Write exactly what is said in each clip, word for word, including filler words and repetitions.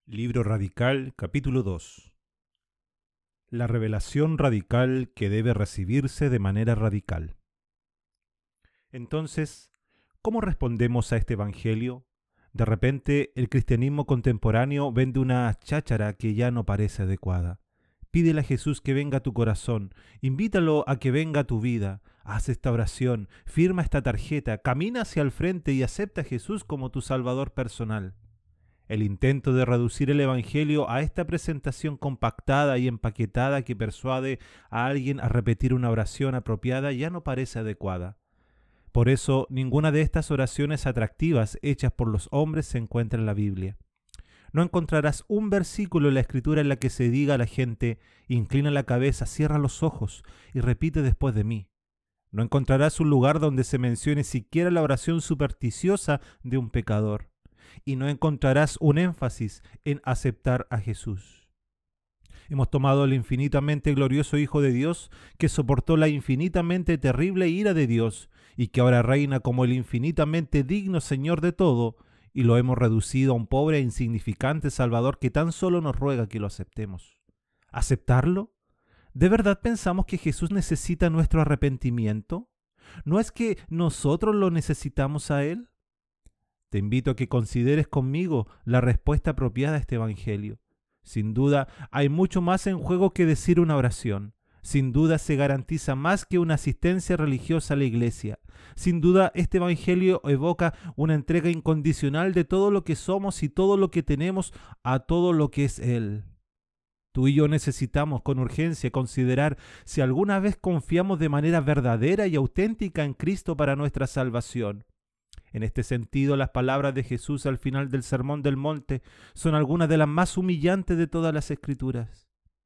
Libro Radical, capítulo dos. La revelación radical que debe recibirse de manera radical. Entonces, ¿cómo respondemos a este evangelio? De repente, el cristianismo contemporáneo vende una cháchara que ya no parece adecuada. Pídele a Jesús que venga a tu corazón, invítalo a que venga a tu vida, haz esta oración, firma esta tarjeta, camina hacia el frente y acepta a Jesús como tu Salvador personal. El intento de reducir el Evangelio a esta presentación compactada y empaquetada que persuade a alguien a repetir una oración apropiada ya no parece adecuada. Por eso, ninguna de estas oraciones atractivas hechas por los hombres se encuentra en la Biblia. No encontrarás un versículo en la Escritura en la que se diga a la gente: inclina la cabeza, cierra los ojos y repite después de mí. No encontrarás un lugar donde se mencione siquiera la oración supersticiosa de un pecador. Y no encontrarás un énfasis en aceptar a Jesús. Hemos tomado al infinitamente glorioso Hijo de Dios, que soportó la infinitamente terrible ira de Dios, y que ahora reina como el infinitamente digno Señor de todo, y lo hemos reducido a un pobre e insignificante Salvador que tan solo nos ruega que lo aceptemos. ¿Aceptarlo? ¿De verdad pensamos que Jesús necesita nuestro arrepentimiento? ¿No es que nosotros lo necesitamos a Él? Te invito a que consideres conmigo la respuesta apropiada a este evangelio. Sin duda, hay mucho más en juego que decir una oración. Sin duda, se garantiza más que una asistencia religiosa a la iglesia. Sin duda, este evangelio evoca una entrega incondicional de todo lo que somos y todo lo que tenemos a todo lo que es Él. Tú y yo necesitamos con urgencia considerar si alguna vez confiamos de manera verdadera y auténtica en Cristo para nuestra salvación. En este sentido, las palabras de Jesús al final del Sermón del Monte son algunas de las más humillantes de todas las Escrituras.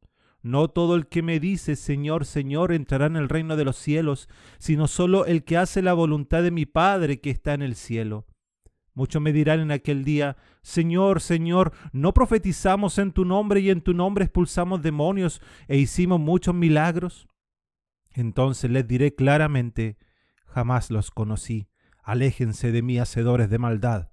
No todo el que me dice Señor, Señor entrará en el reino de los cielos, sino solo el que hace la voluntad de mi Padre que está en el cielo. Muchos me dirán en aquel día: Señor, Señor, ¿no profetizamos en tu nombre y en tu nombre expulsamos demonios e hicimos muchos milagros? Entonces les diré claramente: jamás los conocí. Aléjense de mí, hacedores de maldad.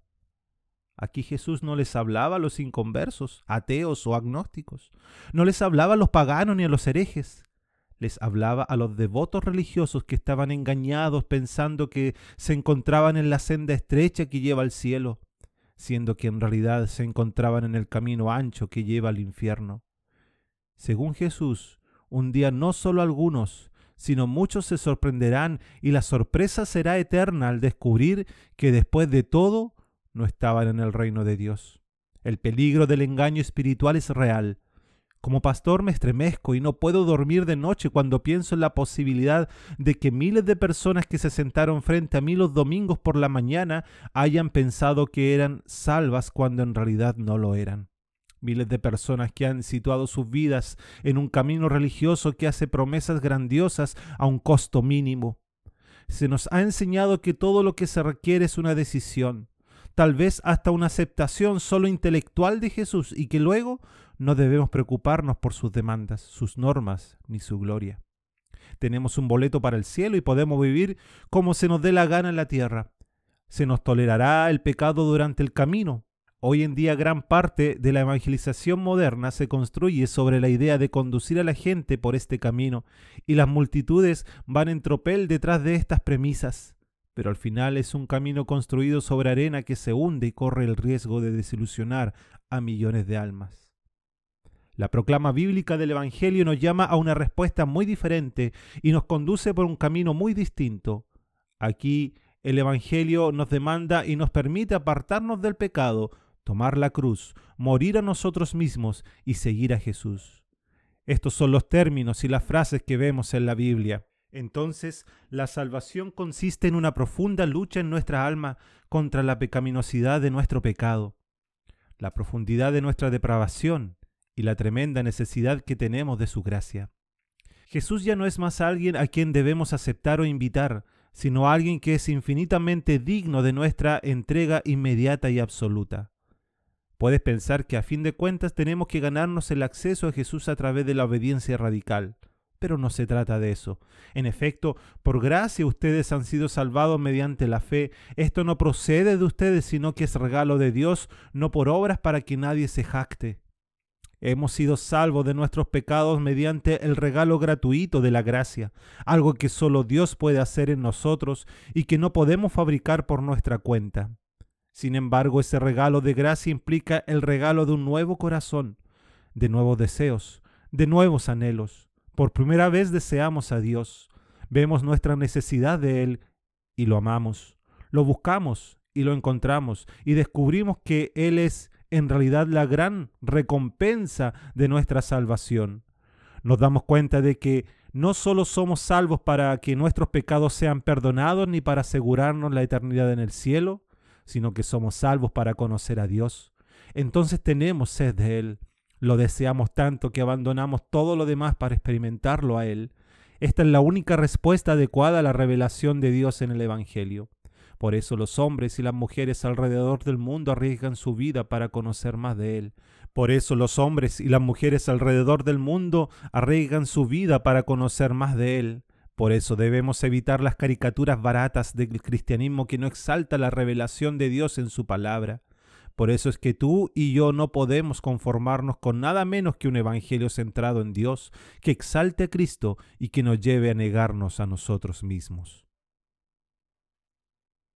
Aquí Jesús no les hablaba a los inconversos, ateos o agnósticos. No les hablaba a los paganos ni a los herejes. Les hablaba a los devotos religiosos que estaban engañados pensando que se encontraban en la senda estrecha que lleva al cielo, siendo que en realidad se encontraban en el camino ancho que lleva al infierno. Según Jesús, un día no solo algunos, sino muchos se sorprenderán, y la sorpresa será eterna al descubrir que después de todo no estaban en el reino de Dios. El peligro del engaño espiritual es real. Como pastor me estremezco y no puedo dormir de noche cuando pienso en la posibilidad de que miles de personas que se sentaron frente a mí los domingos por la mañana hayan pensado que eran salvas cuando en realidad no lo eran. Miles de personas que han situado sus vidas en un camino religioso que hace promesas grandiosas a un costo mínimo. Se nos ha enseñado que todo lo que se requiere es una decisión, tal vez hasta una aceptación solo intelectual de Jesús, y que luego no debemos preocuparnos por sus demandas, sus normas, ni su gloria. Tenemos un boleto para el cielo y podemos vivir como se nos dé la gana en la tierra. Se nos tolerará el pecado durante el camino. Hoy en día gran parte de la evangelización moderna se construye sobre la idea de conducir a la gente por este camino, y las multitudes van en tropel detrás de estas premisas. Pero al final es un camino construido sobre arena que se hunde y corre el riesgo de desilusionar a millones de almas. La proclama bíblica del Evangelio nos llama a una respuesta muy diferente y nos conduce por un camino muy distinto. Aquí el Evangelio nos demanda y nos permite apartarnos del pecado, tomar la cruz, morir a nosotros mismos y seguir a Jesús. Estos son los términos y las frases que vemos en la Biblia. Entonces, la salvación consiste en una profunda lucha en nuestra alma contra la pecaminosidad de nuestro pecado, la profundidad de nuestra depravación y la tremenda necesidad que tenemos de su gracia. Jesús ya no es más alguien a quien debemos aceptar o invitar, sino alguien que es infinitamente digno de nuestra entrega inmediata y absoluta. Puedes pensar que a fin de cuentas tenemos que ganarnos el acceso a Jesús a través de la obediencia radical. Pero no se trata de eso. En efecto, por gracia ustedes han sido salvados mediante la fe. Esto no procede de ustedes, sino que es regalo de Dios, no por obras para que nadie se jacte. Hemos sido salvos de nuestros pecados mediante el regalo gratuito de la gracia, algo que solo Dios puede hacer en nosotros y que no podemos fabricar por nuestra cuenta. Sin embargo, ese regalo de gracia implica el regalo de un nuevo corazón, de nuevos deseos, de nuevos anhelos. Por primera vez deseamos a Dios, vemos nuestra necesidad de Él y lo amamos, lo buscamos y lo encontramos y descubrimos que Él es en realidad la gran recompensa de nuestra salvación. Nos damos cuenta de que no solo somos salvos para que nuestros pecados sean perdonados ni para asegurarnos la eternidad en el cielo, sino que somos salvos para conocer a Dios. Entonces tenemos sed de Él. Lo deseamos tanto que abandonamos todo lo demás para experimentarlo a Él. Esta es la única respuesta adecuada a la revelación de Dios en el Evangelio. Por eso los hombres y las mujeres alrededor del mundo arriesgan su vida para conocer más de Él. Por eso los hombres y las mujeres alrededor del mundo arriesgan su vida para conocer más de Él. Por eso debemos evitar las caricaturas baratas del cristianismo que no exalta la revelación de Dios en su palabra. Por eso es que tú y yo no podemos conformarnos con nada menos que un evangelio centrado en Dios, que exalte a Cristo y que nos lleve a negarnos a nosotros mismos.